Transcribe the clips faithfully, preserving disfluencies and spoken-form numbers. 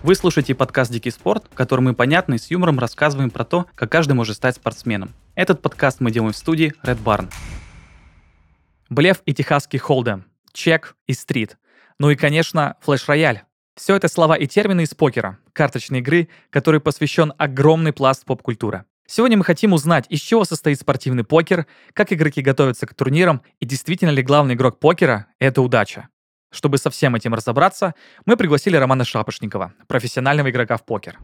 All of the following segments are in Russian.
Вы слушаете подкаст «Дикий спорт», в котором мы понятно и с юмором рассказываем про то, как каждый может стать спортсменом. Этот подкаст мы делаем в студии Red Barn. Блеф и техасский холдем, чек и стрит. Ну и, конечно, флеш-рояль. Все это слова и термины из покера, карточной игры, которой посвящен огромный пласт поп-культуры. Сегодня мы хотим узнать, из чего состоит спортивный покер, как игроки готовятся к турнирам и действительно ли главный игрок покера — это удача. Чтобы со всем этим разобраться, мы пригласили Романа Шапошникова, профессионального игрока в покер.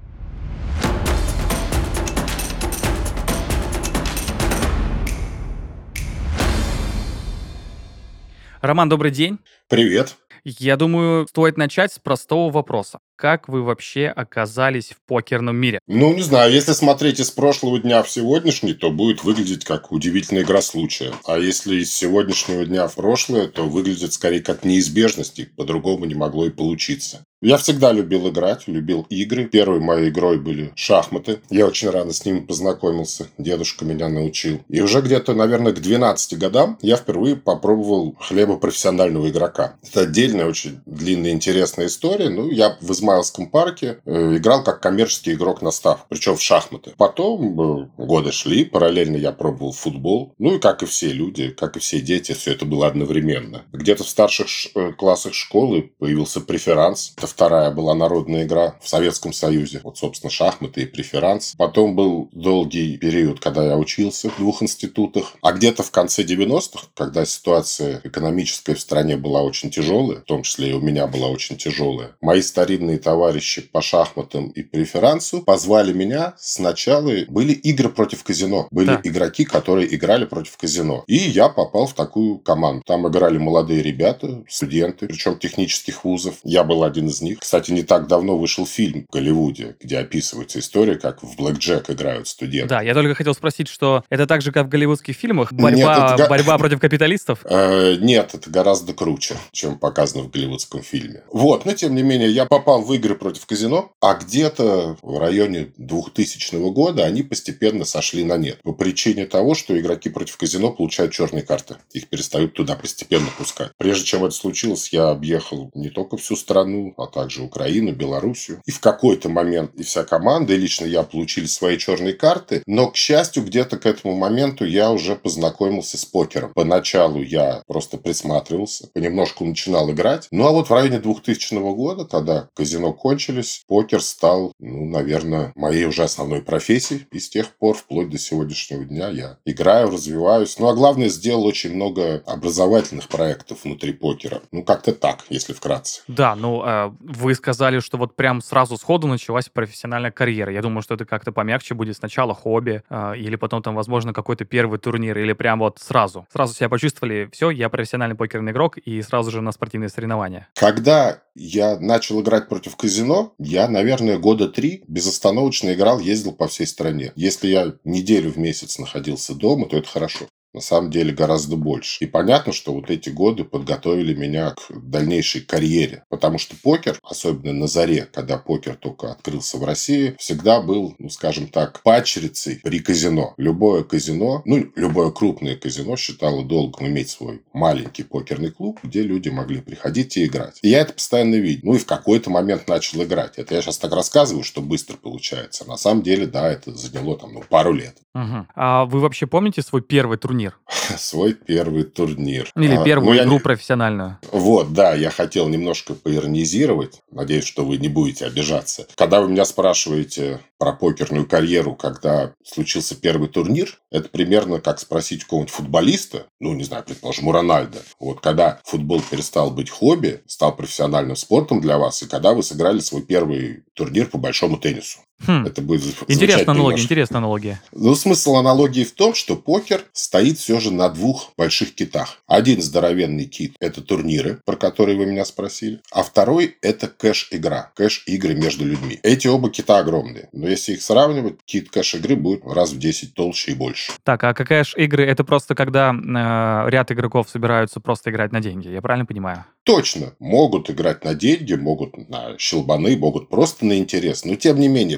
Роман, добрый день. Привет. Я думаю, стоит начать с простого вопроса. Как вы вообще оказались в покерном мире? Ну, не знаю, если смотреть из прошлого дня в сегодняшний, то будет выглядеть как удивительная игра случая. А если из сегодняшнего дня в прошлое, то выглядит скорее как неизбежность, и по-другому не могло и получиться. Я всегда любил играть, любил игры. Первой моей игрой были шахматы. Я очень рано с ними познакомился. Дедушка меня научил. И уже где-то, наверное, к двенадцати годам я впервые попробовал хлеба профессионального игрока. Это отдельная, очень длинная, интересная история. Ну, я в Измайловском парке э, играл как коммерческий игрок на ставку, причем в шахматы. Потом э, годы шли, параллельно я пробовал футбол. Ну, и как и все люди, как и все дети, все это было одновременно. Где-то в старших ш- э, классах школы появился преферанс. Вторая была народная игра в Советском Союзе. Вот, собственно, шахматы и преферанс. Потом был долгий период, когда я учился в двух институтах. А где-то в конце девяностых, когда ситуация экономическая в стране была очень тяжелая, в том числе и у меня была очень тяжелая, мои старинные товарищи по шахматам и преферансу позвали меня сначала. Были игры против казино. Были Так. игроки, которые играли против казино. И я попал в такую команду. Там играли молодые ребята, студенты, причем технических вузов. Я был один из них. Кстати, не так давно вышел фильм в Голливуде, где описывается история, как в блэкджек играют студенты. Да, я только хотел спросить, что это так же, как в голливудских фильмах? Борьба, Нет, это... борьба против капиталистов? Э, нет, это гораздо круче, чем показано в голливудском фильме. Вот, но тем не менее, я попал в игры против казино, а где-то в районе двухтысячного года они постепенно сошли на нет. По причине того, что игроки против казино получают черные карты. Их перестают туда постепенно пускать. Прежде чем это случилось, я объехал не только всю страну, а также Украину, Белоруссию. И в какой-то момент и вся команда, и лично я получили свои черные карты. Но, к счастью, где-то к этому моменту я уже познакомился с покером. Поначалу я просто присматривался, понемножку начинал играть. Ну, а вот в районе двухтысячного года, когда казино кончились, покер стал, ну, наверное, моей уже основной профессией. И с тех пор, вплоть до сегодняшнего дня, я играю, развиваюсь. Ну, а главное, сделал очень много образовательных проектов внутри покера. Ну, как-то так, если вкратце. Да, ну, э, вы сказали, что вот прям сразу сходу началась профессиональная карьера. Я думаю, что это как-то помягче будет. Сначала хобби, э, или потом там, возможно, какой-то первый турнир, или прям вот сразу. Сразу себя почувствовали, все, я профессиональный покерный игрок, и сразу же на спортивные соревнования. Когда я начал играть против казино, я, наверное, года три безостановочно играл, ездил по всей стране. Если я неделю в месяц находился дома, то это хорошо. На самом деле гораздо больше. И понятно, что вот эти годы подготовили меня к дальнейшей карьере. Потому что покер, особенно на заре, когда покер только открылся в России, всегда был, ну, скажем так, падчерицей при казино. Любое казино, ну, любое крупное казино считало долгом иметь свой маленький покерный клуб, где люди могли приходить и играть. И я это постоянно видел. Ну, и в какой-то момент начал играть. Это я сейчас так рассказываю, что быстро получается. На самом деле, да, это заняло там, ну, пару лет. Угу. А вы вообще помните свой первый турнир? Свой первый турнир. Или А, первую ну, игру не... профессиональную? Вот, да, я хотел немножко поиронизировать. Надеюсь, что вы не будете обижаться. Когда вы меня спрашиваете про покерную карьеру, когда случился первый турнир, это примерно как спросить у какого-нибудь футболиста, ну, не знаю, предположим, у Рональдо. Вот, когда футбол перестал быть хобби, стал профессиональным спортом для вас, и когда вы сыграли свой первый турнир по большому теннису. Хм. Это будет Интересная аналогия, немножко. интересная аналогия. Ну, смысл аналогии в том, что покер стоит все же на двух больших китах. Один здоровенный кит – это турниры, про которые вы меня спросили. А второй – это кэш-игра, кэш-игры между людьми. Эти оба кита огромные. Но если их сравнивать, кит кэш-игры будет раз в десять толще и больше. Так, а какая же игры? Это просто когда э, ряд игроков собираются просто играть на деньги, я правильно понимаю? Точно. Могут играть на деньги, могут на щелбаны, могут просто на интерес. Но, тем не менее,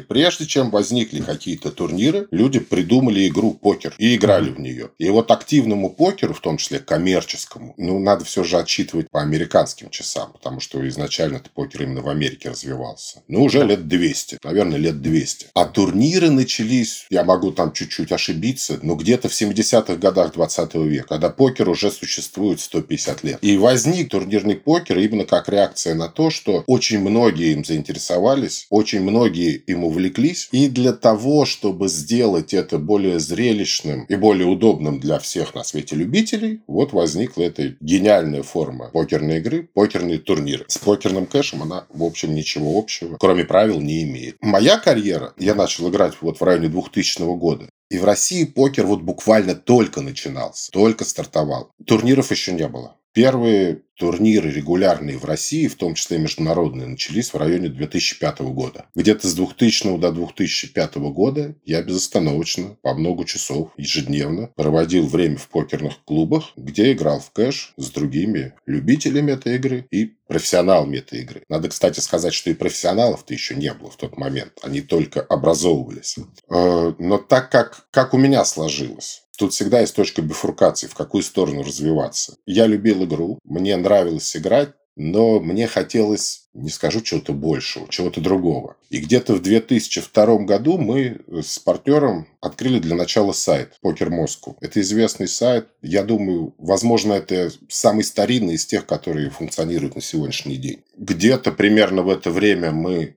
прежде чем возникли какие-то турниры, люди придумали игру покер и играли в нее. И вот активному покеру, в том числе коммерческому, ну, надо все же отсчитывать по американским часам, потому что изначально покер именно в Америке развивался. Ну, уже Да. лет двести, наверное, лет двести. А турниры начались, я могу там чуть-чуть ошибиться, но где-то в семидесятых годах двадцатого века, когда покер уже существует сто пятьдесят лет. И возник турнирный покер именно как реакция на то, что очень многие им заинтересовались, очень многие им увлеклись. И для того, чтобы сделать это более зрелищным и более удобным для всех на свете любителей, вот возникла эта гениальная форма покерной игры, покерные турниры. С покерным кэшем она, в общем, ничего общего, кроме правил, не имеет. Моя карьера, я начал играть вот в районе двухтысячного года. И в России покер вот буквально только начинался, только стартовал. Турниров еще не было. Первые турниры регулярные в России, в том числе международные, начались в районе две тысячи пятого года. Где-то с двухтысячного до две тысячи пятого года я безостановочно, по много часов ежедневно проводил время в покерных клубах, где играл в кэш с другими любителями этой игры и профессионалами этой игры. Надо, кстати, сказать, что и профессионалов-то еще не было в тот момент. Они только образовывались. Но так как, как у меня сложилось, тут всегда есть точка бифуркации, в какую сторону развиваться. Я любил игру, мне нравилось играть, но мне хотелось, не скажу чего-то большего, чего-то другого. И где-то в две тысячи втором году мы с партнером открыли для начала сайт Poker Moscow. Это известный сайт. Я думаю, возможно, это самый старинный из тех, которые функционируют на сегодняшний день. Где-то примерно в это время мы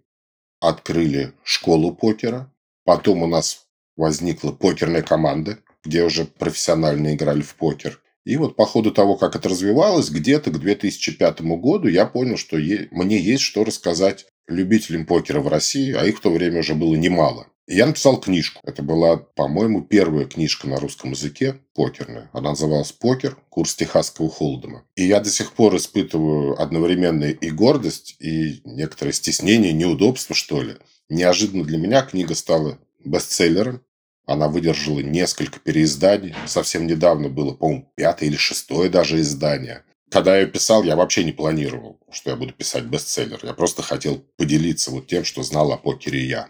открыли школу покера. Потом у нас возникла покерная команда, где уже профессионально играли в покер. И вот по ходу того, как это развивалось, где-то к две тысячи пятому году я понял, что е- мне есть что рассказать любителям покера в России, а их в то время уже было немало. И я написал книжку. Это была, по-моему, первая книжка на русском языке покерная. Она называлась «Покер. Курс техасского холдема». И я до сих пор испытываю одновременно и гордость, и некоторое стеснение, неудобство, что ли. Неожиданно для меня книга стала бестселлером. Она выдержала несколько переизданий. Совсем недавно было, по-моему, пятое или шестое даже издание. Когда я ее писал, я вообще не планировал, что я буду писать бестселлер. Я просто хотел поделиться вот тем, что знал о покере я.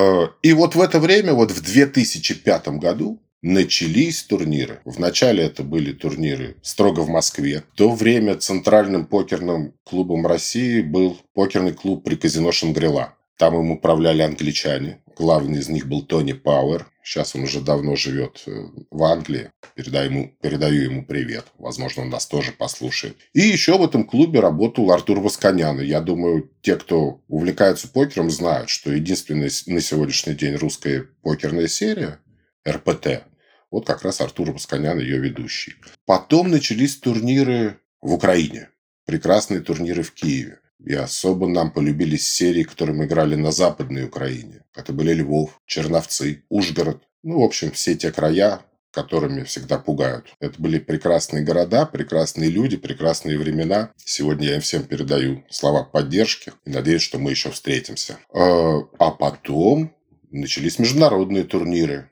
И вот в это время, вот в две тысячи пятом году, начались турниры. Вначале это были турниры строго в Москве. В то время центральным покерным клубом России был покерный клуб при казино «Шангрила». Там им управляли англичане. Главный из них был Тони Пауэр. Сейчас он уже давно живет в Англии. Передаю ему, передаю ему привет. Возможно, он нас тоже послушает. И еще в этом клубе работал Артур Восконян. И я думаю, те, кто увлекается покером, знают, что единственная на сегодняшний день русская покерная серия эр пэ тэ, вот как раз Артур Восконян, ее ведущий. Потом начались турниры в Украине. Прекрасные турниры в Киеве. И особо нам полюбились серии, которые мы играли на Западной Украине. Это были Львов, Черновцы, Ужгород. Ну, в общем, все те края, которыми всегда пугают. Это были прекрасные города, прекрасные люди, прекрасные времена. Сегодня я им всем передаю слова поддержки и надеюсь, что мы еще встретимся. А потом начались международные турниры.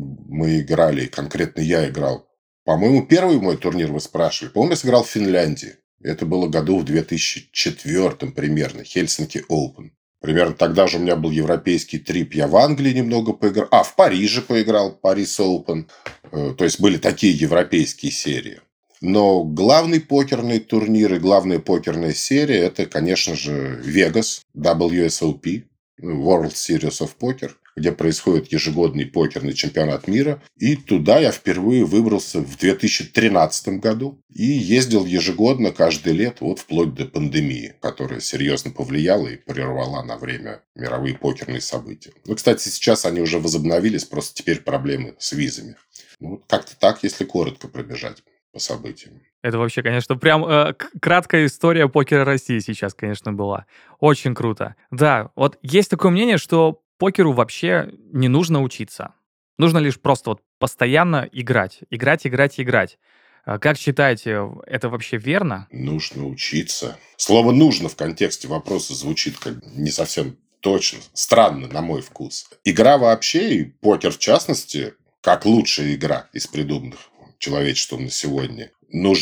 Мы играли, конкретно я играл. По-моему, первый мой турнир вы спрашивали. По-моему, я сыграл в Финляндии. Это было году в две тысячи четвёртом примерно, Хельсинки Оупен. Примерно тогда же у меня был европейский трип, я в Англии немного поиграл. А, в Париже поиграл, Парис Оупен. То есть, были такие европейские серии. Но главный покерный турнир и главная покерная серия – это, конечно же, Вегас, дабл ю эс о пи, World Series of Poker, где происходит ежегодный покерный чемпионат мира. И туда я впервые выбрался в две тысячи тринадцатом году. И ездил ежегодно, каждое лето, вот вплоть до пандемии, которая серьезно повлияла и прервала на время мировые покерные события. Ну, кстати, сейчас они уже возобновились, просто теперь проблемы с визами. Ну, как-то так, если коротко пробежать по событиям. Это вообще, конечно, прям э, к- краткая история покера России сейчас, конечно, была. Очень круто. Да, вот есть такое мнение, что покеру вообще не нужно учиться. Нужно лишь просто вот постоянно играть. Играть, играть, играть. А Как считаете, это вообще верно? Нужно учиться. Слово «нужно» в контексте вопроса звучит как не совсем точно. Странно, на мой вкус. Игра вообще, и покер в частности, как лучшая игра из придуманных человечеством на сегодня, нужны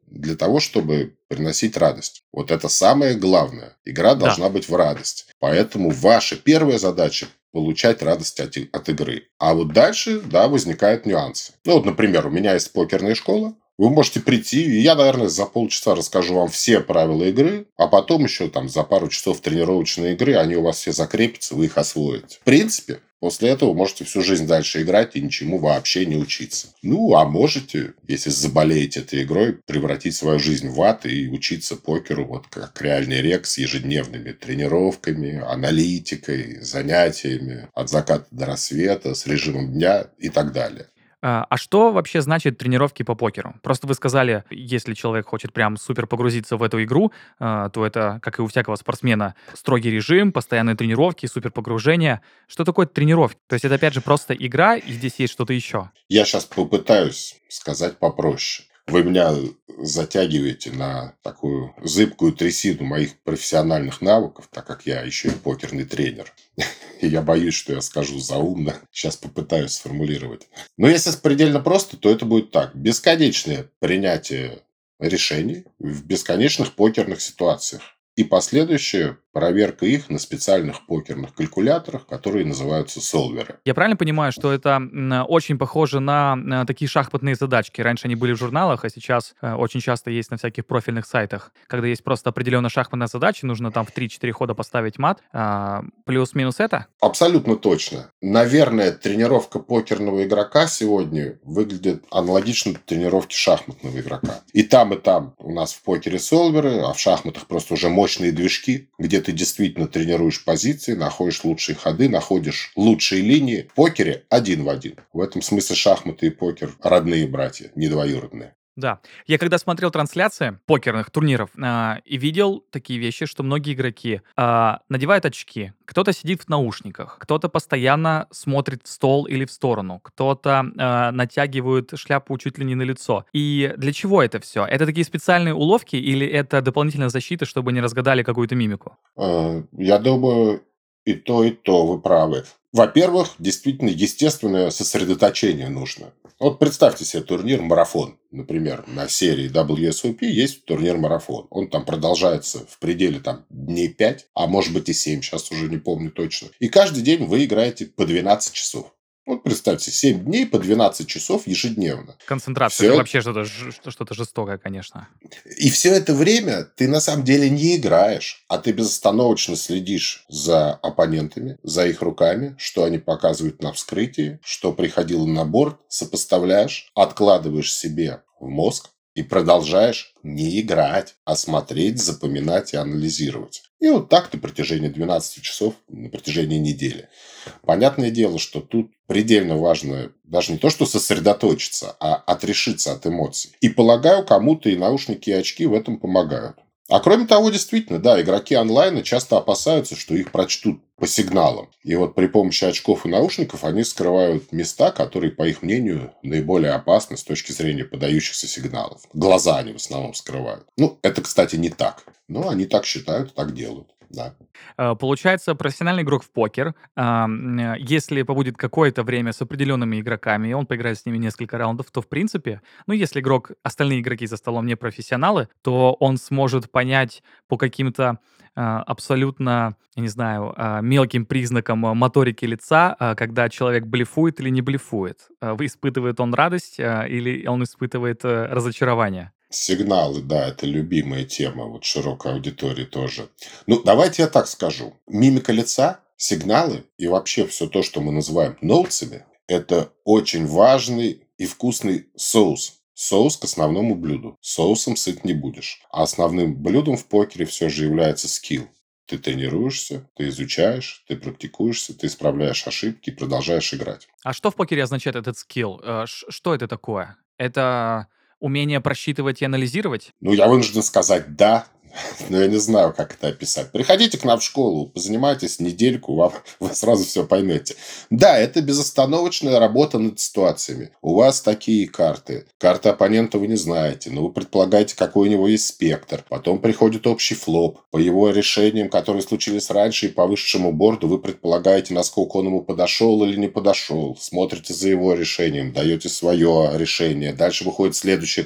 для того, чтобы приносить радость. Вот это самое главное. Игра Да. должна быть в радость. Поэтому ваша первая задача – получать радость от, и- от игры. А вот дальше, да, возникают нюансы. Ну, вот, например, у меня есть покерная школа. Вы можете прийти, и я, наверное, за полчаса расскажу вам все правила игры, а потом еще там за пару часов тренировочной игры они у вас все закрепятся, вы их освоите. В принципе, после этого можете всю жизнь дальше играть и ничему вообще не учиться. Ну, а можете, если заболеете этой игрой, превратить свою жизнь в ад и учиться покеру вот как реальный рек с ежедневными тренировками, аналитикой, занятиями от заката до рассвета, с режимом дня и так далее. А а что вообще значит тренировки по покеру? Просто вы сказали, если человек хочет прям супер погрузиться в эту игру, а, то это, как и у всякого спортсмена, строгий режим, постоянные тренировки, супер погружение. Что такое тренировки? То есть это опять же просто игра, и здесь есть что-то еще? Я сейчас попытаюсь сказать попроще. Вы меня затягиваете на такую зыбкую трясину моих профессиональных навыков, так как я еще и покерный тренер. И я боюсь, что я скажу заумно. Сейчас попытаюсь сформулировать. Но если предельно просто, то это будет так. Бесконечное принятие решений в бесконечных покерных ситуациях. И последующая проверка их на специальных покерных калькуляторах, которые называются солверы. Я правильно понимаю, что это м, очень похоже на, на такие шахматные задачки? Раньше они были в журналах, а сейчас э, очень часто есть на всяких профильных сайтах, когда есть просто определенная шахматная задача, нужно там в три-четыре хода поставить мат. А, плюс-минус это? Абсолютно точно. Наверное, тренировка покерного игрока сегодня выглядит аналогично тренировке шахматного игрока. И там, и там у нас в покере солверы, а в шахматах просто уже мощные движки, где ты действительно тренируешь позиции, находишь лучшие ходы, находишь лучшие линии. В покере один в один. В этом смысле шахматы и покер родные братья, не двоюродные. Да. Я когда смотрел трансляции покерных турниров а, и видел такие вещи, что многие игроки а, надевают очки, кто-то сидит в наушниках, кто-то постоянно смотрит в стол или в сторону, кто-то а, натягивает шляпу чуть ли не на лицо. И для чего это все? Это такие специальные уловки или это дополнительная защита, чтобы не разгадали какую-то мимику? Э, Я думаю, и то, и то вы правы. Во-первых, действительно, естественное сосредоточение нужно. Вот представьте себе турнир «Марафон». Например, на серии дабл ю эс о пи есть турнир «Марафон». Он там продолжается в пределе там, дней пять, а может быть и семь, сейчас уже не помню точно. И каждый день вы играете по двенадцать часов. Вот представьте, семь дней по двенадцать часов ежедневно. Концентрация, Все это это вообще что-то ж- что- что-то жестокое, конечно. И все это время ты на самом деле не играешь, а ты безостановочно следишь за оппонентами, за их руками, что они показывают на вскрытии, что приходило на борт, сопоставляешь, откладываешь себе в мозг и продолжаешь не играть, а смотреть, запоминать и анализировать. И вот так на протяжении двенадцати часов, на протяжении недели. Понятное дело, что тут предельно важно даже не то, что сосредоточиться, а отрешиться от эмоций. И полагаю, кому-то и наушники, и очки в этом помогают. А кроме того, действительно, да, игроки онлайна часто опасаются, что их прочтут по сигналам. И вот при помощи очков и наушников они скрывают места, которые, по их мнению, наиболее опасны с точки зрения подающихся сигналов. Глаза они в основном скрывают. Ну, это, кстати, не так. Но они так считают, так делают. Да. Э, Получается, профессиональный игрок в покер, ам, э, если побудет какое-то время с определенными игроками, и он поиграет с ними несколько раундов, то в принципе, ну, если игрок, остальные игроки за столом не профессионалы, то он сможет понять по каким-то а, абсолютно, я не знаю, а, мелким признакам а, моторики лица, а, когда человек блефует или не блефует. А, вы- Испытывает он радость а, или он испытывает э, разочарование? Сигналы, да, это любимая тема вот широкой аудитории тоже. Ну, давайте я так скажу. Мимика лица, сигналы и вообще все то, что мы называем ноутсами, это очень важный и вкусный соус. Соус к основному блюду. Соусом сыт не будешь. А основным блюдом в покере все же является скилл. Ты тренируешься, ты изучаешь, ты практикуешься, ты исправляешь ошибки и продолжаешь играть. А что в покере означает этот скилл? Э, ш- Что это такое? Это умение просчитывать и анализировать? Ну, я вынужден сказать «да», но я не знаю, как это описать. Приходите к нам в школу, позанимайтесь недельку, вам, вы сразу все поймете. Да, это безостановочная работа над ситуациями. У вас такие карты. Карты оппонента вы не знаете, но вы предполагаете, какой у него есть спектр. Потом приходит общий флоп. По его решениям, которые случились раньше, и по высшему борду вы предполагаете, насколько он ему подошел или не подошел. Смотрите за его решением, даете свое решение. Дальше выходит следующая карта.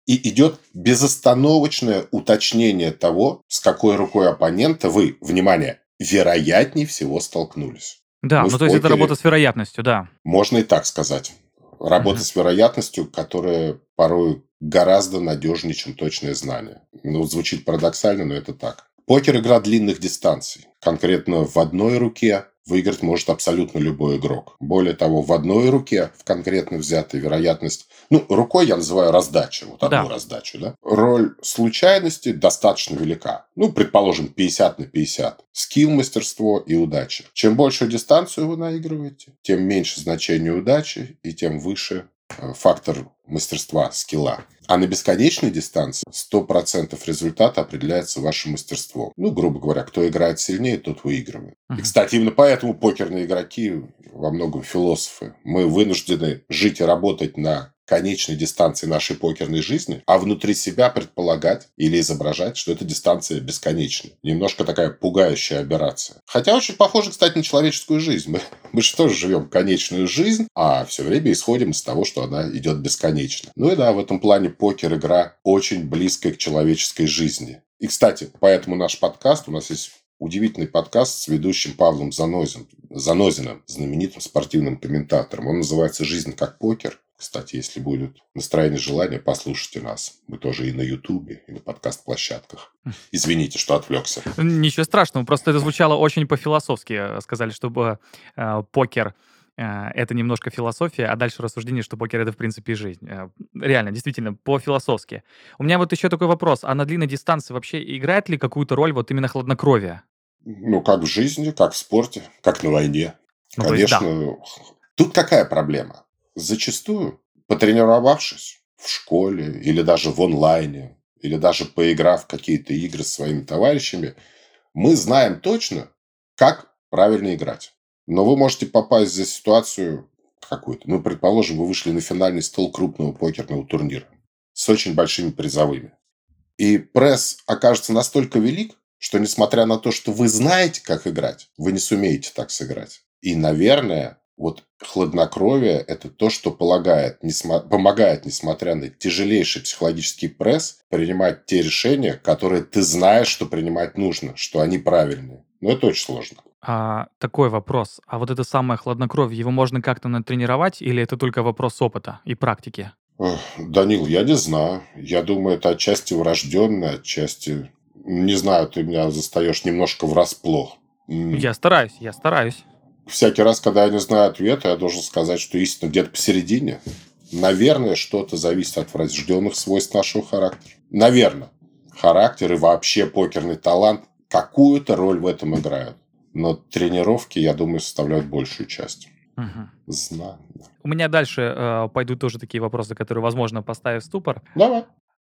И идет безостановочное уточнение того, с какой рукой оппонента вы, внимание, вероятнее всего столкнулись. Да, Мы ну в то есть это работа покере, с вероятностью, да. можно и так сказать, работа Мгм. с вероятностью, которая порой гораздо надежнее, чем точное знание. Ну, звучит парадоксально, но это так. Покер – игра длинных дистанций. Конкретно в одной руке выиграть может абсолютно любой игрок. Более того, в одной руке, в конкретно взятой вероятность, ну, рукой я называю раздачу, вот одну Да. раздачу, да, роль случайности достаточно велика. Ну, предположим, пятьдесят на пятьдесят. Скилл, мастерство и удача. Чем большую дистанцию вы наигрываете, тем меньше значение удачи и тем выше э, фактор мастерства, скилла. А на бесконечной дистанции сто процентов результата определяется вашим мастерством. Ну, грубо говоря, кто играет сильнее, тот выигрывает. И, Мгм. кстати, именно поэтому покерные игроки во многом философы. Мы вынуждены жить и работать на конечной дистанции нашей покерной жизни, а внутри себя предполагать или изображать, что эта дистанция бесконечна. Немножко такая пугающая аберрация. Хотя очень похоже, кстати, на человеческую жизнь. Мы, мы же тоже живем конечную жизнь, а все время исходим из того, что она идет бесконечно. Ну и да, в этом плане покер – игра очень близкая к человеческой жизни. И, кстати, поэтому наш подкаст, у нас есть удивительный подкаст с ведущим Павлом Занозин, Занозиным, знаменитым спортивным комментатором. Он называется «Жизнь как покер». Кстати, если будет настроение, желание, послушайте нас. Мы тоже и на Ютубе, и на подкаст-площадках. Извините, что отвлекся. Ничего страшного, просто это звучало очень по-философски. э, Сказали, чтобы э, покер э, это немножко философия, а дальше рассуждение, что покер это в принципе и жизнь. Э, Реально, действительно, по-философски. У меня вот еще такой вопрос. А на длинной дистанции вообще играет ли какую-то роль вот именно хладнокровие? Ну, как в жизни, как в спорте, как на войне. Ну, то есть да. Конечно, тут какая проблема? Зачастую, потренировавшись в школе или даже в онлайне, или даже поиграв в какие-то игры с своими товарищами, мы знаем точно, как правильно играть. Но вы можете попасть за ситуацию какую-то. Ну, предположим, вы вышли на финальный стол крупного покерного турнира с очень большими призовыми. И пресс окажется настолько велик, что несмотря на то, что вы знаете, как играть, вы не сумеете так сыграть. И, наверное, вот хладнокровие – это то, что полагает, несма- помогает, несмотря на тяжелейший психологический пресс, принимать те решения, которые ты знаешь, что принимать нужно, что они правильные. Но это очень сложно. А, такой вопрос. А вот это самое хладнокровие, его можно как-то натренировать или это только вопрос опыта и практики? Ох, Данил, я не знаю. Я думаю, это отчасти врожденное, отчасти... Не знаю, ты меня застаешь немножко врасплох. М, Я стараюсь, я стараюсь. Всякий раз, когда я не знаю ответа, я должен сказать, что истина где-то посередине. Наверное, что-то зависит от врожденных свойств нашего характера. Наверное. Характер и вообще покерный талант какую-то роль в этом играют. Но тренировки, я думаю, составляют большую часть. Мгм. Знаю. У меня дальше э, пойдут тоже такие вопросы, которые, возможно, поставят в ступор. Давай.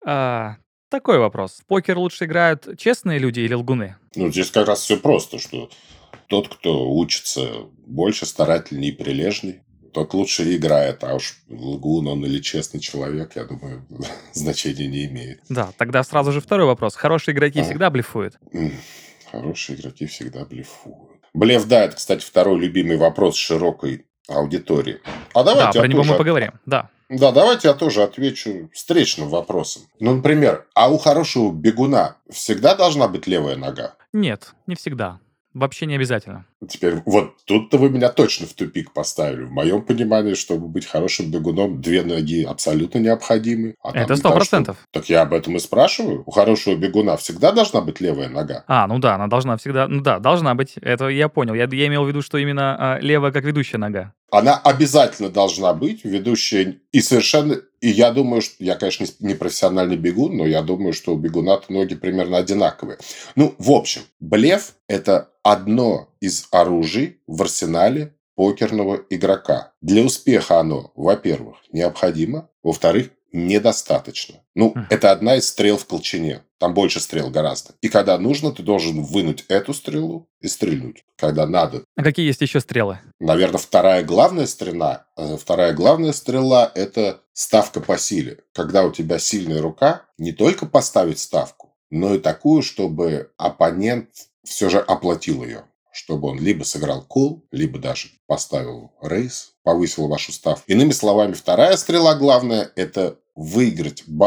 А, такой вопрос. В покер лучше играют честные люди или лгуны? Ну, здесь как раз все просто, что тот, кто учится больше, старательней и прилежней, тот лучше и играет. А уж лгун он или честный человек, я думаю, значения не имеет. Да, тогда сразу же второй вопрос. Хорошие игроки А, всегда блефуют? м, Хорошие игроки всегда блефуют. Блеф, да, это, кстати, второй любимый вопрос широкой аудитории. А Да, давайте я про него мы тоже... поговорим. Да. Да, давайте я тоже отвечу встречным вопросом. Ну, например, а у хорошего бегуна всегда должна быть левая нога? Нет, не всегда. Вообще не обязательно. Теперь вот тут-то вы меня точно в тупик поставили. В моем понимании, чтобы быть хорошим бегуном, две ноги абсолютно необходимы. А там Это не сто так, что... процентов. Так я об этом и спрашиваю. У хорошего бегуна всегда должна быть левая нога? А, ну да, она должна всегда... Ну да, должна быть. Это я понял. Я, я имел в виду, что именно а, левая как ведущая нога. Она обязательно должна быть ведущая. И совершенно... И я думаю, что... Я, конечно, не профессиональный бегун, но я думаю, что у бегуна-то ноги примерно одинаковые. Ну, в общем, блеф – это одно из оружий в арсенале покерного игрока. Для успеха оно, во-первых, необходимо, во-вторых, недостаточно. Ну, Хм. это одна из стрел в колчане. Там больше стрел гораздо. И когда нужно, ты должен вынуть эту стрелу и стрельнуть. Когда надо. А какие есть еще стрелы? Наверное, вторая главная стрела, э, вторая главная стрела – это ставка по силе. Когда у тебя сильная рука, не только поставить ставку, но и такую, чтобы оппонент все же оплатил ее. Чтобы он либо сыграл кол, либо даже поставил рейс, повысил вашу ставку. Иными словами, вторая стрела главная – это выиграть банк.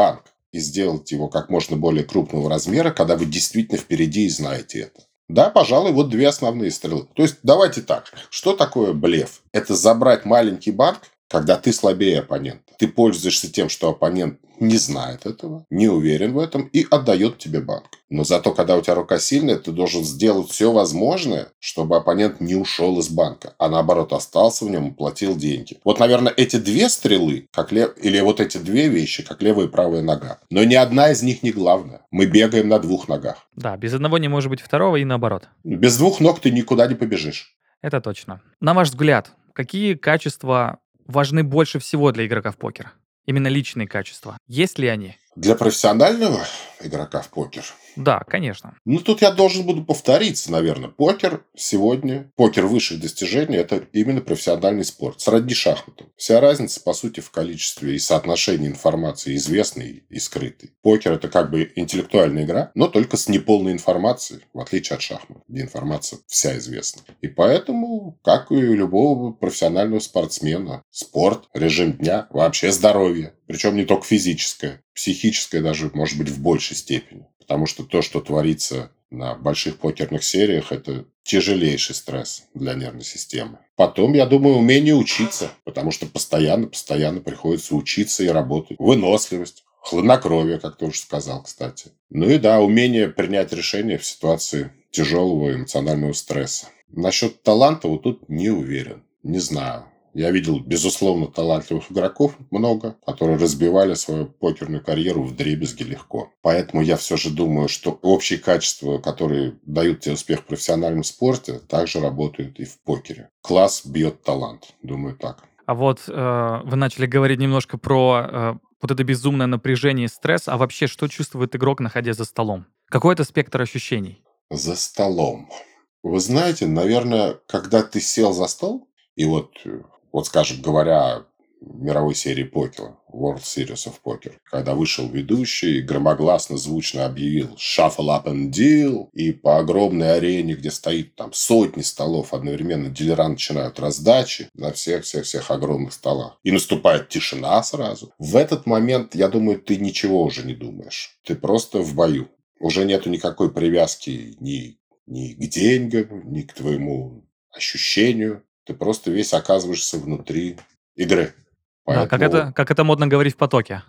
и сделать его как можно более крупного размера, когда вы действительно впереди и знаете это. Да, пожалуй, вот две основные стрелы. То есть, давайте так. Что такое блеф? Это забрать маленький банк, когда ты слабее оппонента. Ты пользуешься тем, что оппонент не знает этого, не уверен в этом и отдает тебе банк. Но зато, когда у тебя рука сильная, ты должен сделать все возможное, чтобы оппонент не ушел из банка, а наоборот остался в нем и платил деньги. Вот, наверное, эти две стрелы, как лев... или вот эти две вещи, как левая и правая нога. Но ни одна из них не главная. Мы бегаем на двух ногах. Да, без одного не может быть второго и наоборот. Без двух ног ты никуда не побежишь. Это точно. На ваш взгляд, какие качества важны больше всего для игрока в покер? Именно личные качества. Есть ли они? Для профессионального игрока в покер? Да, конечно. Ну, тут я должен буду повториться, наверное. Покер сегодня, покер высших достижений – это именно профессиональный спорт. Сродни шахматам. Вся разница, по сути, в количестве и соотношении информации известной и скрытой. Покер – это как бы интеллектуальная игра, но только с неполной информацией, в отличие от шахмат, где информация вся известна. И поэтому, как и у любого профессионального спортсмена, спорт, режим дня, вообще здоровье. Причем не только физическое, психическое даже, может быть, в большей степени. Потому что то, что творится на больших покерных сериях, это тяжелейший стресс для нервной системы. Потом, я думаю, умение учиться, потому что постоянно, постоянно приходится учиться и работать. Выносливость, хладнокровие, как ты уже сказал, кстати. Ну и да, умение принять решение в ситуации тяжелого эмоционального стресса. Насчет таланта вот тут не уверен, не знаю. Я видел, безусловно, талантливых игроков много, которые разбивали свою покерную карьеру вдребезги легко. Поэтому я все же думаю, что общие качества, которые дают тебе успех в профессиональном спорте, также работают и в покере. Класс бьет талант, думаю так. А вот э, вы начали говорить немножко про э, вот это безумное напряжение и стресс. А вообще, что чувствует игрок, находясь за столом? Какой это спектр ощущений? За столом. Вы знаете, наверное, когда ты сел за стол, и вот... Вот, скажем, говоря о мировой серии покера, World Series of Poker, когда вышел ведущий, громогласно, звучно объявил «Shuffle up and deal», и по огромной арене, где стоит там сотни столов, одновременно дилера начинают раздачи на всех-всех-всех огромных столах. И наступает тишина сразу. В этот момент, я думаю, ты ничего уже не думаешь. Ты просто в бою. Уже нету никакой привязки ни, ни к деньгам, ни к твоему ощущению. Ты просто весь оказываешься внутри игры. Поэтому, да, как это, как это модно говорить в потоке.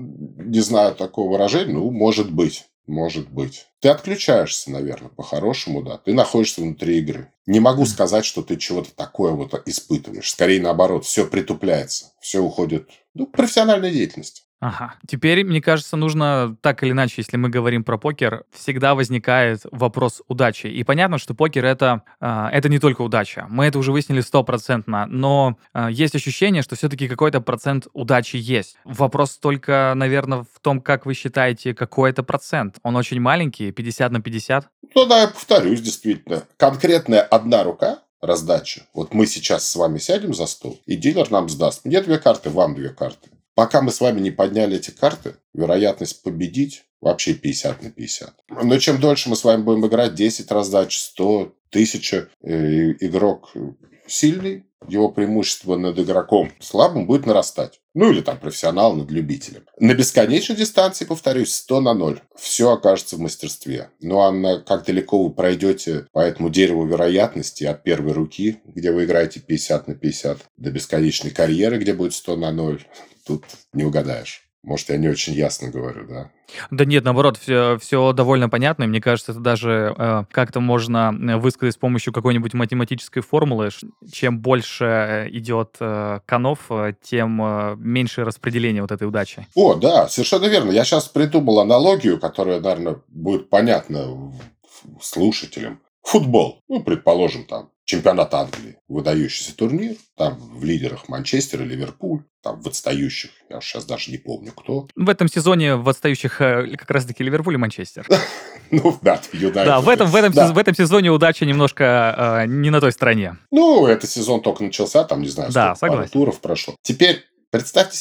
Не знаю такого выражения, ну, может быть, может быть. Ты отключаешься, наверное, по-хорошему, да. Ты находишься внутри игры. Не могу сказать, что ты чего-то такое вот испытываешь. Скорее, наоборот, все притупляется. Все уходит, ну, к профессиональной деятельности. Ага. Теперь, мне кажется, нужно так или иначе, если мы говорим про покер, всегда возникает вопрос удачи. И понятно, что покер это, э, это не только удача. Мы это уже выяснили стопроцентно. Но э, есть ощущение, что все-таки какой-то процент удачи есть. Вопрос только, наверное, в том, как вы считаете, какой это процент. Он очень маленький, пятьдесят на пятьдесят? Ну да, я повторюсь, действительно. Конкретная одна рука раздача. Вот мы сейчас с вами сядем за стол, и дилер нам сдаст. Мне две карты, вам две карты. Пока мы с вами не подняли эти карты, вероятность победить вообще пятьдесят на пятьдесят. Но чем дольше мы с вами будем играть, десять раздач, сто, тысяча, э, игрок сильный, его преимущество над игроком слабым будет нарастать. Ну или там профессионал над любителем. На бесконечной дистанции, повторюсь, сто на ноль. Все окажется в мастерстве. Ну а на, как далеко вы пройдете по этому дереву вероятности от первой руки, где вы играете пятьдесят на пятьдесят, до бесконечной карьеры, где будет сто на ноль, тут не угадаешь. Может, я не очень ясно говорю, да? Да нет, наоборот, все, все довольно понятно. И мне кажется, это даже э, как-то можно высказать с помощью какой-нибудь математической формулы. Чем больше идет э, конов, тем э, меньше распределение вот этой удачи. О, да, совершенно верно. Я сейчас придумал аналогию, которая, наверное, будет понятна слушателям. Футбол. Ну, предположим, там чемпионат Англии. Выдающийся турнир. Там в лидерах Манчестер и Ливерпуль. Там в отстающих, я сейчас даже не помню, кто. В этом сезоне в отстающих как раз-таки Ливерпуль и Манчестер. Ну, да, Юнайтед. Да, в этом, в, этом, да. в этом сезоне удача немножко э, не на той стороне. Ну, этот сезон только начался, там, не знаю, да, сколько пару туров прошло. Теперь представьте себе,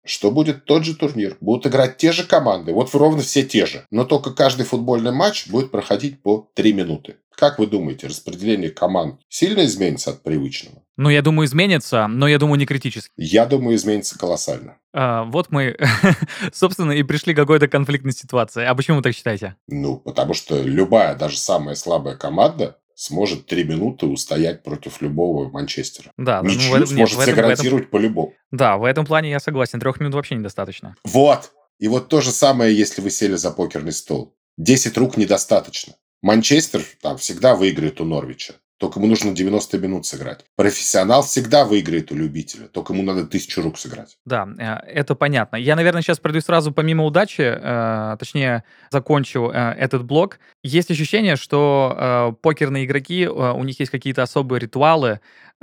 что будет тот же турнир. Будут играть те же команды. Вот ровно все те же. Но только каждый футбольный матч будет проходить по три минуты. Как вы думаете, распределение команд сильно изменится от привычного? Ну, я думаю, изменится, но я думаю, не критически. Я думаю, изменится колоссально. А, вот мы, собственно, и пришли к какой-то конфликтной ситуации. А почему вы так считаете? Ну, потому что любая, даже самая слабая команда сможет три минуты устоять против любого Манчестера. Да, да, ну, в Ничью этом- нет, сможет в этом- в этом- загарантировать по-любому. Да, в этом плане я согласен. Трех минут вообще недостаточно. Вот. И вот то же самое, если вы сели за покерный стол. Десять рук недостаточно. Манчестер там всегда выиграет у Норвича. Только ему нужно девяносто минут сыграть. Профессионал всегда выиграет у любителя. Только ему надо тысячу рук сыграть. Да, э, это понятно. Я, наверное, сейчас пройду сразу помимо удачи, э, точнее, закончу э, этот блок. Есть ощущение, что э, покерные игроки, э, у них есть какие-то особые ритуалы,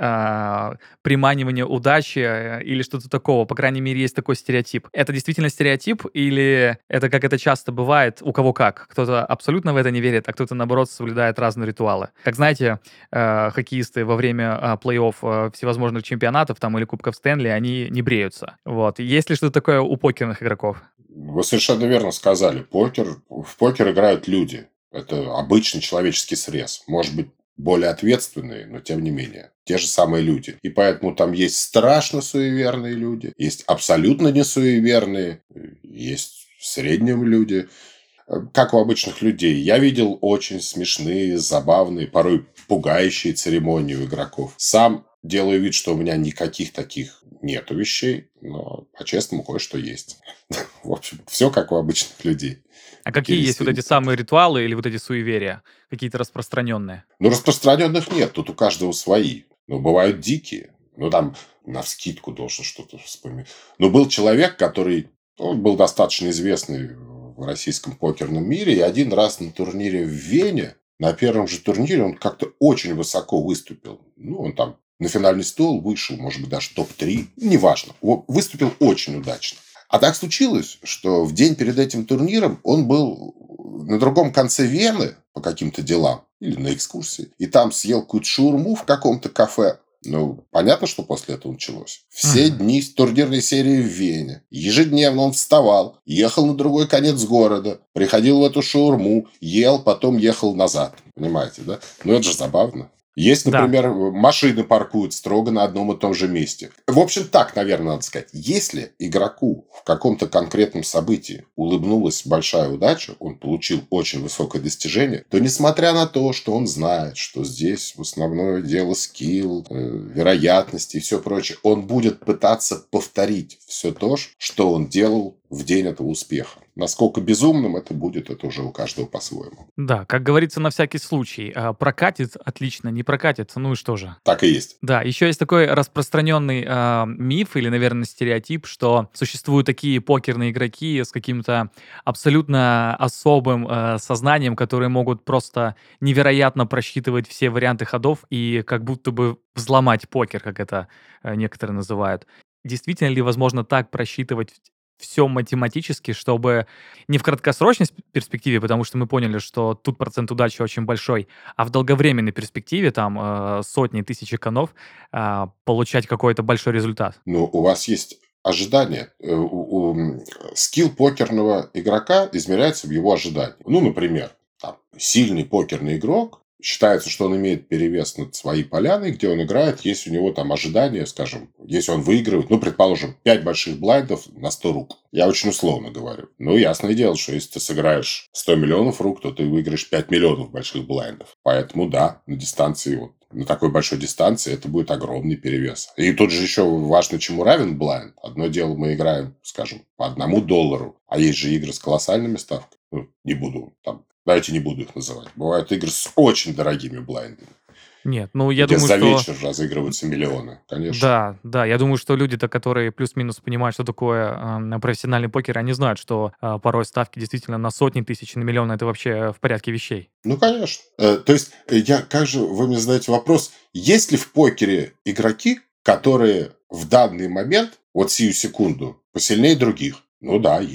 э, приманивания удачи э, или что-то такого. По крайней мере, есть такой стереотип. Это действительно стереотип или это, как это часто бывает, у кого как? Кто-то абсолютно в это не верит, а кто-то, наоборот, соблюдает разные ритуалы. Как знаете, э, хоккеисты во время э, плей-офф э, всевозможных чемпионатов там или Кубков Стэнли, они не бреются. Вот. Есть ли что-то такое у покерных игроков? Вы совершенно верно сказали. Покер, в покер играют люди. Это обычный человеческий срез. Может быть, более ответственные, но тем не менее. Те же самые люди. И поэтому там есть страшно суеверные люди, есть абсолютно не суеверные, есть в среднем люди. Как у обычных людей. Я видел очень смешные, забавные, порой пугающие церемонии у игроков. Сам делаю вид, что у меня никаких таких нету вещей, но по-честному кое-что есть. В общем, все как у обычных людей. А какие есть вот эти самые ритуалы или вот эти суеверия? Какие-то распространенные? Ну, распространенных нет, тут у каждого свои. Но бывают дикие. Ну, там навскидку должен что-то вспомнить. Но был человек, который он был достаточно известный в российском покерном мире. И один раз на турнире в Вене, на первом же турнире, он как-то очень высоко выступил. Ну, он там на финальный стол вышел, может быть, даже топ три. Неважно. Выступил очень удачно. А так случилось, что в день перед этим турниром он был на другом конце Вены по каким-то делам или на экскурсии. И там съел какую-то шаурму в каком-то кафе. Ну, понятно, что после этого началось. Все Мгм. дни турнирной серии в Вене. Ежедневно он вставал, ехал на другой конец города, приходил в эту шаурму, ел, потом ехал назад. Понимаете, да? Ну, это же забавно. Есть, Да. например, машины паркуют строго на одном и том же месте. В общем, так, наверное, надо сказать. Если игроку в каком-то конкретном событии улыбнулась большая удача, он получил очень высокое достижение, то несмотря на то, что он знает, что здесь основное дело скилл, э, вероятности и все прочее, он будет пытаться повторить все то, что он делал в день этого успеха. Насколько безумным это будет, это уже у каждого по-своему. Да, как говорится, на всякий случай. А, Прокатит, отлично, не прокатит, ну и что же? Так и есть. Да, еще есть такой распространенный а, миф или, наверное, стереотип, что существуют такие покерные игроки с каким-то абсолютно особым а, сознанием, которые могут просто невероятно просчитывать все варианты ходов и как будто бы взломать покер, как это а, некоторые называют. Действительно ли возможно так просчитывать все математически, чтобы не в краткосрочной с- перспективе, потому что мы поняли, что тут процент удачи очень большой, а в долговременной перспективе, там, э, сотни, тысячи конов, а, получать какой-то большой результат? Но у вас есть ожидания. Э, у- у, м, Скилл покерного игрока измеряется в его ожидании. Ну, например, там, сильный покерный игрок считается, что он имеет перевес над своей поляной, где он играет, если у него там ожидания, скажем, если он выигрывает, ну, предположим, пять больших блайндов на сто рук. Я очень условно говорю. Ну, ясное дело, что если ты сыграешь сто миллионов рук, то ты выиграешь пять миллионов больших блайндов. Поэтому, да, на дистанции, вот, на такой большой дистанции это будет огромный перевес. И тут же еще важно, чему равен блайнд. Одно дело, мы играем, скажем, по одному доллару, а есть же игры с колоссальными ставками. Ну, не буду там, давайте не буду их называть. Бывают игры с очень дорогими блайндами, Нет, ну я где думаю, за что... вечер разыгрываются миллионы, конечно. Да, да, я думаю, что люди-то, которые плюс-минус понимают, что такое э, профессиональный покер, они знают, что э, порой ставки действительно на сотни тысяч, на миллионы, это вообще в порядке вещей. Ну, конечно. Э, то есть, э, я, как же вы мне задаете вопрос, есть ли в покере игроки, которые в данный момент, вот сию секунду, посильнее других? Ну да, есть.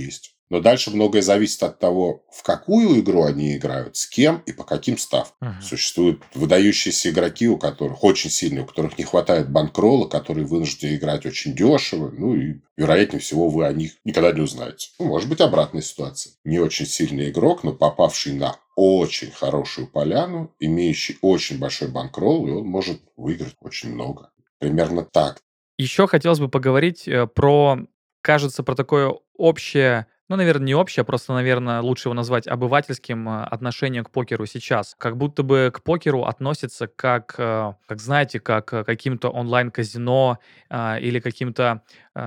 Но дальше многое зависит от того, в какую игру они играют, с кем и по каким ставкам. Мгм. Существуют выдающиеся игроки, у которых очень сильные, у которых не хватает банкролла, которые вынуждены играть очень дешево. Ну и, вероятнее всего, вы о них никогда не узнаете. Ну, может быть, обратная ситуация. Не очень сильный игрок, но попавший на очень хорошую поляну, имеющий очень большой банкролл, и он может выиграть очень много. Примерно так. Еще хотелось бы поговорить э, про, кажется, про такое общее, ну, наверное, не общее, а просто, наверное, лучше его назвать обывательским э, отношение к покеру сейчас. Как будто бы к покеру относятся как, э, как знаете, как э, к каким-то онлайн-казино а, или каким-то,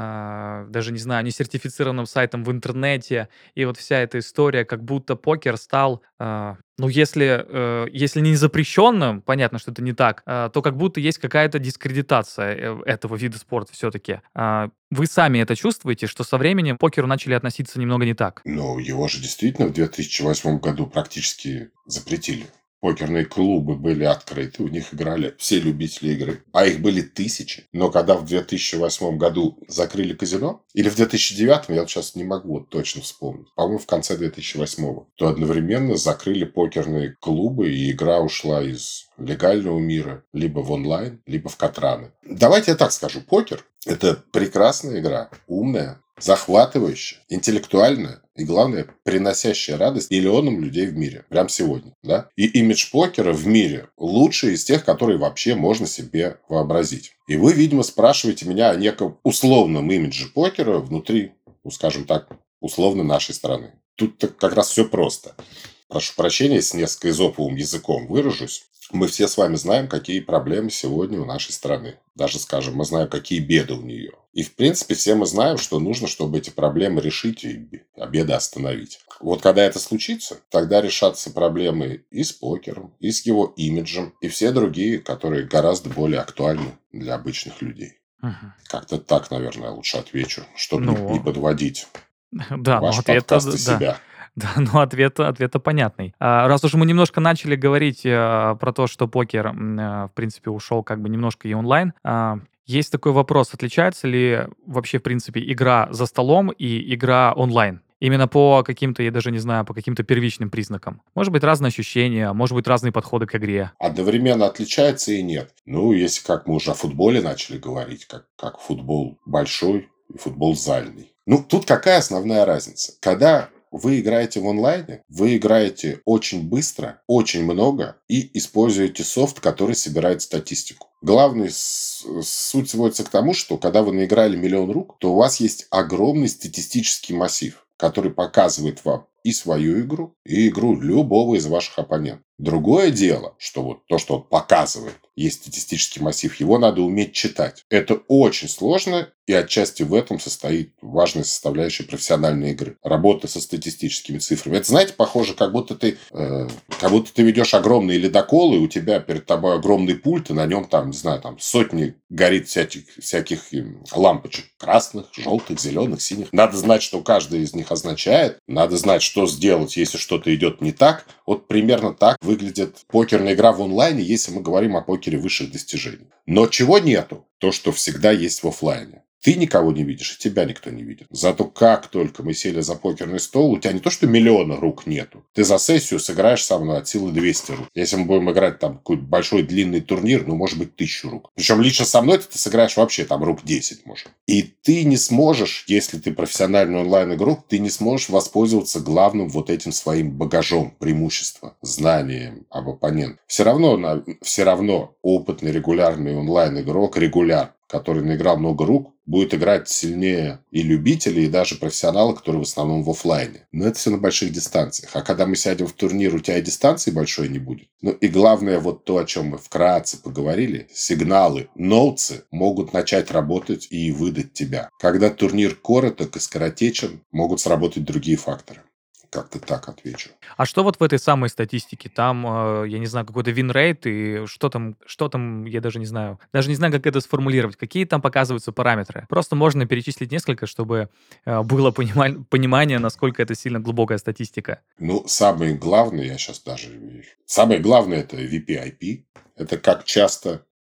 а, даже не знаю, несертифицированным сайтом в интернете. И вот вся эта история, как будто покер стал, а, ну, если, э, если не запрещенным, понятно, что это не так, а, то как будто есть какая-то дискредитация э, этого вида спорта все-таки. Вы сами это чувствуете, что со временем к покеру начали относиться немного не так? Но его же действительно в две тысячи восьмом году практически запретили. Покерные клубы были открыты, в них играли все любители игры, а их были тысячи. Но когда в две тысячи восьмом году закрыли казино, или в две тысячи девятом, я вот сейчас не могу вот точно вспомнить, по-моему, в конце две тысячи восьмого, то одновременно закрыли покерные клубы, и игра ушла из легального мира либо в онлайн, либо в катраны. Давайте я так скажу, покер – это прекрасная игра, умная, захватывающая, интеллектуальная и, главное, приносящая радость миллионам людей в мире. Прямо сегодня. Да? И имидж покера в мире лучший из тех, которые вообще можно себе вообразить. И вы, видимо, спрашиваете меня о неком условном имидже покера внутри, ну, скажем так, условно нашей страны. Тут как раз все просто. Прошу прощения, с несколько изоповым языком выражусь. Мы все с вами знаем, какие проблемы сегодня у нашей страны. Даже, скажем, мы знаем, какие беды у нее. И, в принципе, все мы знаем, что нужно, чтобы эти проблемы решить и беды остановить. Вот когда это случится, тогда решатся проблемы и с покером, и с его имиджем, и все другие, которые гораздо более актуальны для обычных людей. Мгм. Как-то так, наверное, лучше отвечу, чтобы не- Ну, не подводить да, ну ваш ответ-то, подкаст и да. себя. Да, ну ответ, ответ понятный. А, раз уж мы немножко начали говорить э, про то, что покер, м, э, в принципе, ушел как бы немножко и онлайн, а, есть такой вопрос, отличается ли вообще, в принципе, игра за столом и игра онлайн? Именно по каким-то, я даже не знаю, по каким-то первичным признакам. Может быть, разные ощущения, может быть, разные подходы к игре. Одновременно отличается и нет. Ну, если как мы уже о футболе начали говорить, как, как футбол большой и футбол зальный. Ну, тут какая основная разница? Когда вы играете в онлайне, вы играете очень быстро, очень много и используете софт, который собирает статистику. Главный с- суть сводится к тому, что когда вы наиграли миллион рук, то у вас есть огромный статистический массив, который показывает вам и свою игру, и игру любого из ваших оппонентов. Другое дело, что вот то, что он показывает, есть статистический массив, его надо уметь читать. Это очень сложно, и отчасти в этом состоит важная составляющая профессиональной игры. Работа со статистическими цифрами. Это, знаете, похоже, как будто ты, э, как будто ты ведешь огромные ледоколы, и у тебя перед тобой огромный пульт, и на нем там, не знаю, там сотни горит всяких, всяких эм, лампочек. Красных, желтых, зеленых, синих. Надо знать, что каждая из них означает. Надо знать, что сделать, если что-то идет не так. Вот примерно так выглядит покерная игра в онлайне, если мы говорим о покере высших достижений. Но чего нету? То, что всегда есть в офлайне. Ты никого не видишь, и тебя никто не видит. Зато как только мы сели за покерный стол, у тебя не то, что миллиона рук нету. Ты за сессию сыграешь со мной от силы двести рук. Если мы будем играть там какой-то большой длинный турнир, ну, может быть, тысячу рук. Причем лично со мной ты сыграешь вообще там рук десять, может. И ты не сможешь, если ты профессиональный онлайн-игрок, ты не сможешь воспользоваться главным вот этим своим багажом, преимущества, знанием об оппоненте. Все равно, на- все равно опытный регулярный онлайн-игрок, регуляр, который наиграл много рук, будет играть сильнее и любителей, и даже профессионалы, которые в основном в офлайне. Но это все на больших дистанциях. А когда мы сядем в турнир, у тебя и дистанции большой не будет. Ну и главное, вот то, о чем мы вкратце поговорили, сигналы, ноутсы могут начать работать и выдать тебя. Когда турнир короток и скоротечен, могут сработать другие факторы. Как-то так отвечу. А что вот в этой самой статистике? Там, э, я не знаю, какой-то вин-рейт и что там, что там, я даже не знаю. Даже не знаю, как это сформулировать. Какие там показываются параметры? Просто можно перечислить несколько, чтобы э, было понима- понимание, насколько это сильно глубокая статистика. Ну, самое главное, я сейчас даже... Самое главное – это ви пи ай пи. Это как часто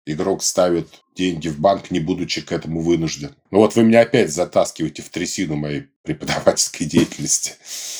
игрок ставит деньги в банк, не будучи к этому вынужден. Ну вот вы меня опять затаскиваете в трясину моей преподавательской деятельности.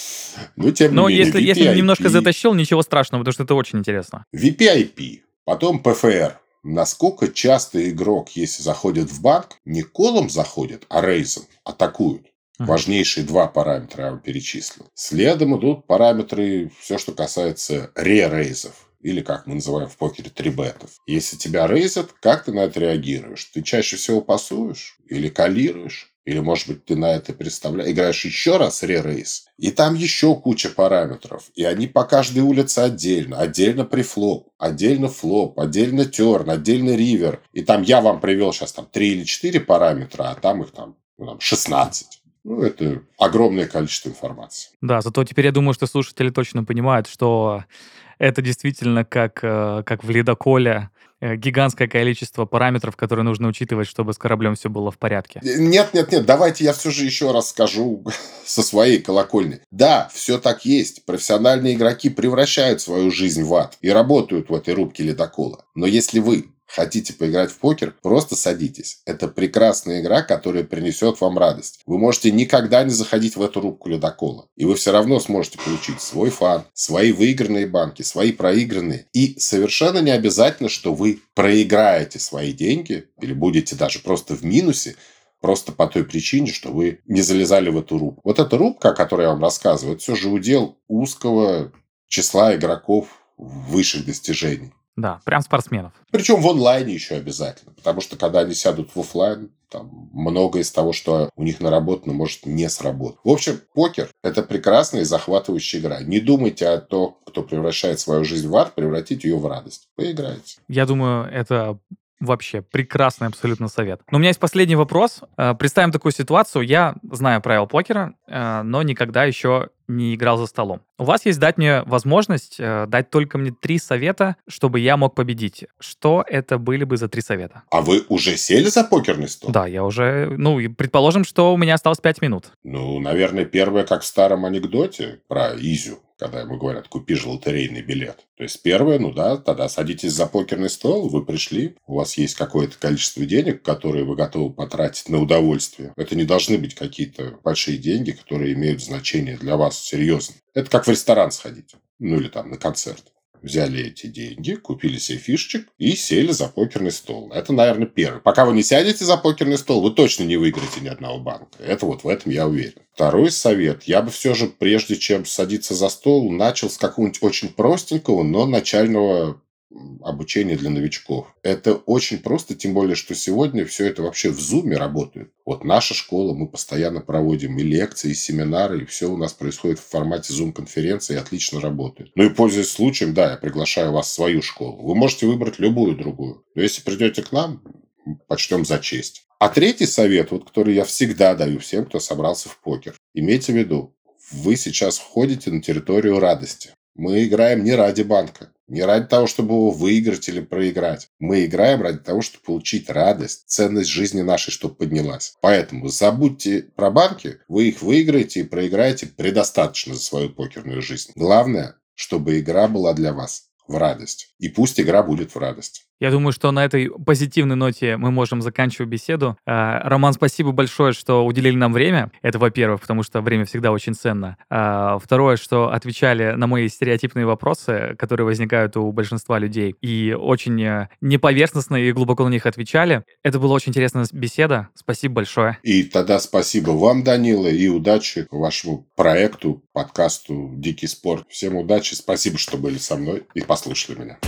Но тем не Но менее, если, если немножко затащил, ничего страшного, потому что это очень интересно. ви пи ай пи, потом пэ эф эр. Насколько часто игрок, если заходит в банк, не колом заходит, а рейзом, атакуют. Uh-huh. Важнейшие два параметра я вам перечислил. Следом идут параметры, все, что касается ре-рейзов. Или, как мы называем в покере, трибетов. Если тебя рейзят, как ты на это реагируешь? Ты чаще всего пасуешь или калируешь? Или, может быть, ты на это представляешь, играешь еще раз ре-рейз. И там еще куча параметров. И они по каждой улице отдельно. Отдельно префлоп, отдельно флоп, отдельно терн, отдельно ривер. И там я вам привел сейчас там три или четыре параметра, а там их там, ну, там шестнадцать. Ну, это огромное количество информации. Да, зато теперь я думаю, что слушатели точно понимают, что это действительно как, как в ледоколе. Гигантское количество параметров, которые нужно учитывать, чтобы с кораблем все было в порядке. Нет, нет, нет, давайте я все же еще раз скажу со своей колокольни. Да, все так есть. Профессиональные игроки превращают свою жизнь в ад и работают в этой рубке ледокола. Но если вы хотите поиграть в покер, просто садитесь. Это прекрасная игра, которая принесет вам радость. Вы можете никогда не заходить в эту рубку ледокола. И вы все равно сможете получить свой фан, свои выигранные банки, свои проигранные. И совершенно не обязательно, что вы проиграете свои деньги или будете даже просто в минусе, просто по той причине, что вы не залезали в эту рубку. Вот эта рубка, о которой я вам рассказываю, это все же удел узкого числа игроков высших достижений. Да, прям спортсменов. Причем в онлайне еще обязательно. Потому что, когда они сядут в офлайн, там многое из того, что у них наработано, может не сработать. В общем, покер – это прекрасная и захватывающая игра. Не думайте о том, кто превращает свою жизнь в ад, превратить ее в радость. Поиграйте. Я думаю, это вообще прекрасный абсолютно совет. Но у меня есть последний вопрос. Представим такую ситуацию. Я знаю правила покера, но никогда еще не играл за столом. У вас есть дать мне возможность дать только мне три совета, чтобы я мог победить. Что это были бы за три совета? А вы уже сели за покерный стол? Да, я уже... Ну, предположим, что у меня осталось пять минут. Ну, наверное, первое, как в старом анекдоте про Изю, когда ему говорят, купи же лотерейный билет. То есть первое, ну да, тогда садитесь за покерный стол, вы пришли, у вас есть какое-то количество денег, которые вы готовы потратить на удовольствие. Это не должны быть какие-то большие деньги, которые имеют значение для вас серьезно. Это как в ресторан сходить, ну или там на концерт. Взяли эти деньги, купили себе фишечек и сели за покерный стол. Это, наверное, первый. Пока вы не сядете за покерный стол, вы точно не выиграете ни одного банка. Это вот в этом я уверен. Второй совет. Я бы все же, прежде чем садиться за стол, начал с какого-нибудь очень простенького, но начального обучения для новичков. Это очень просто, тем более, что сегодня все это вообще в Зуме работает. Вот наша школа, мы постоянно проводим и лекции, и семинары, и все у нас происходит в формате Zoom-конференции и отлично работает. Ну и пользуясь случаем, да, я приглашаю вас в свою школу. Вы можете выбрать любую другую. Но если придете к нам, почтем за честь. А третий совет, вот, который я всегда даю всем, кто собрался в покер. Имейте в виду, вы сейчас входите на территорию радости. Мы играем не ради банка. Не ради того, чтобы его выиграть или проиграть. Мы играем ради того, чтобы получить радость, ценность жизни нашей, чтобы поднялась. Поэтому забудьте про банки, вы их выиграете и проиграете предостаточно за свою покерную жизнь. Главное, чтобы игра была для вас в радость. И пусть игра будет в радость. Я думаю, что на этой позитивной ноте мы можем заканчивать беседу. Роман, спасибо большое, что уделили нам время. Это, во-первых, потому что время всегда очень ценно. Второе, что отвечали на мои стереотипные вопросы, которые возникают у большинства людей, и очень неповерхностно и глубоко на них отвечали. Это была очень интересная беседа. Спасибо большое. И тогда спасибо вам, Данила, и удачи вашему проекту, подкасту «Дикий спорт». Всем удачи, спасибо, что были со мной и послушали меня.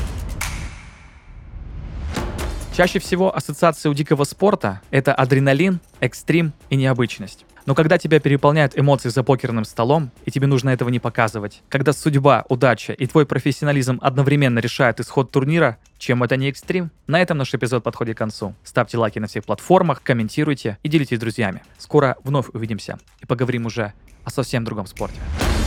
Чаще всего ассоциация у дикого спорта — это адреналин, экстрим и необычность. Но когда тебя переполняют эмоции за покерным столом, и тебе нужно этого не показывать, когда судьба, удача и твой профессионализм одновременно решают исход турнира, чем это не экстрим? На этом наш эпизод подходит к концу. Ставьте лайки на всех платформах, комментируйте и делитесь с друзьями. Скоро вновь увидимся и поговорим уже о совсем другом спорте.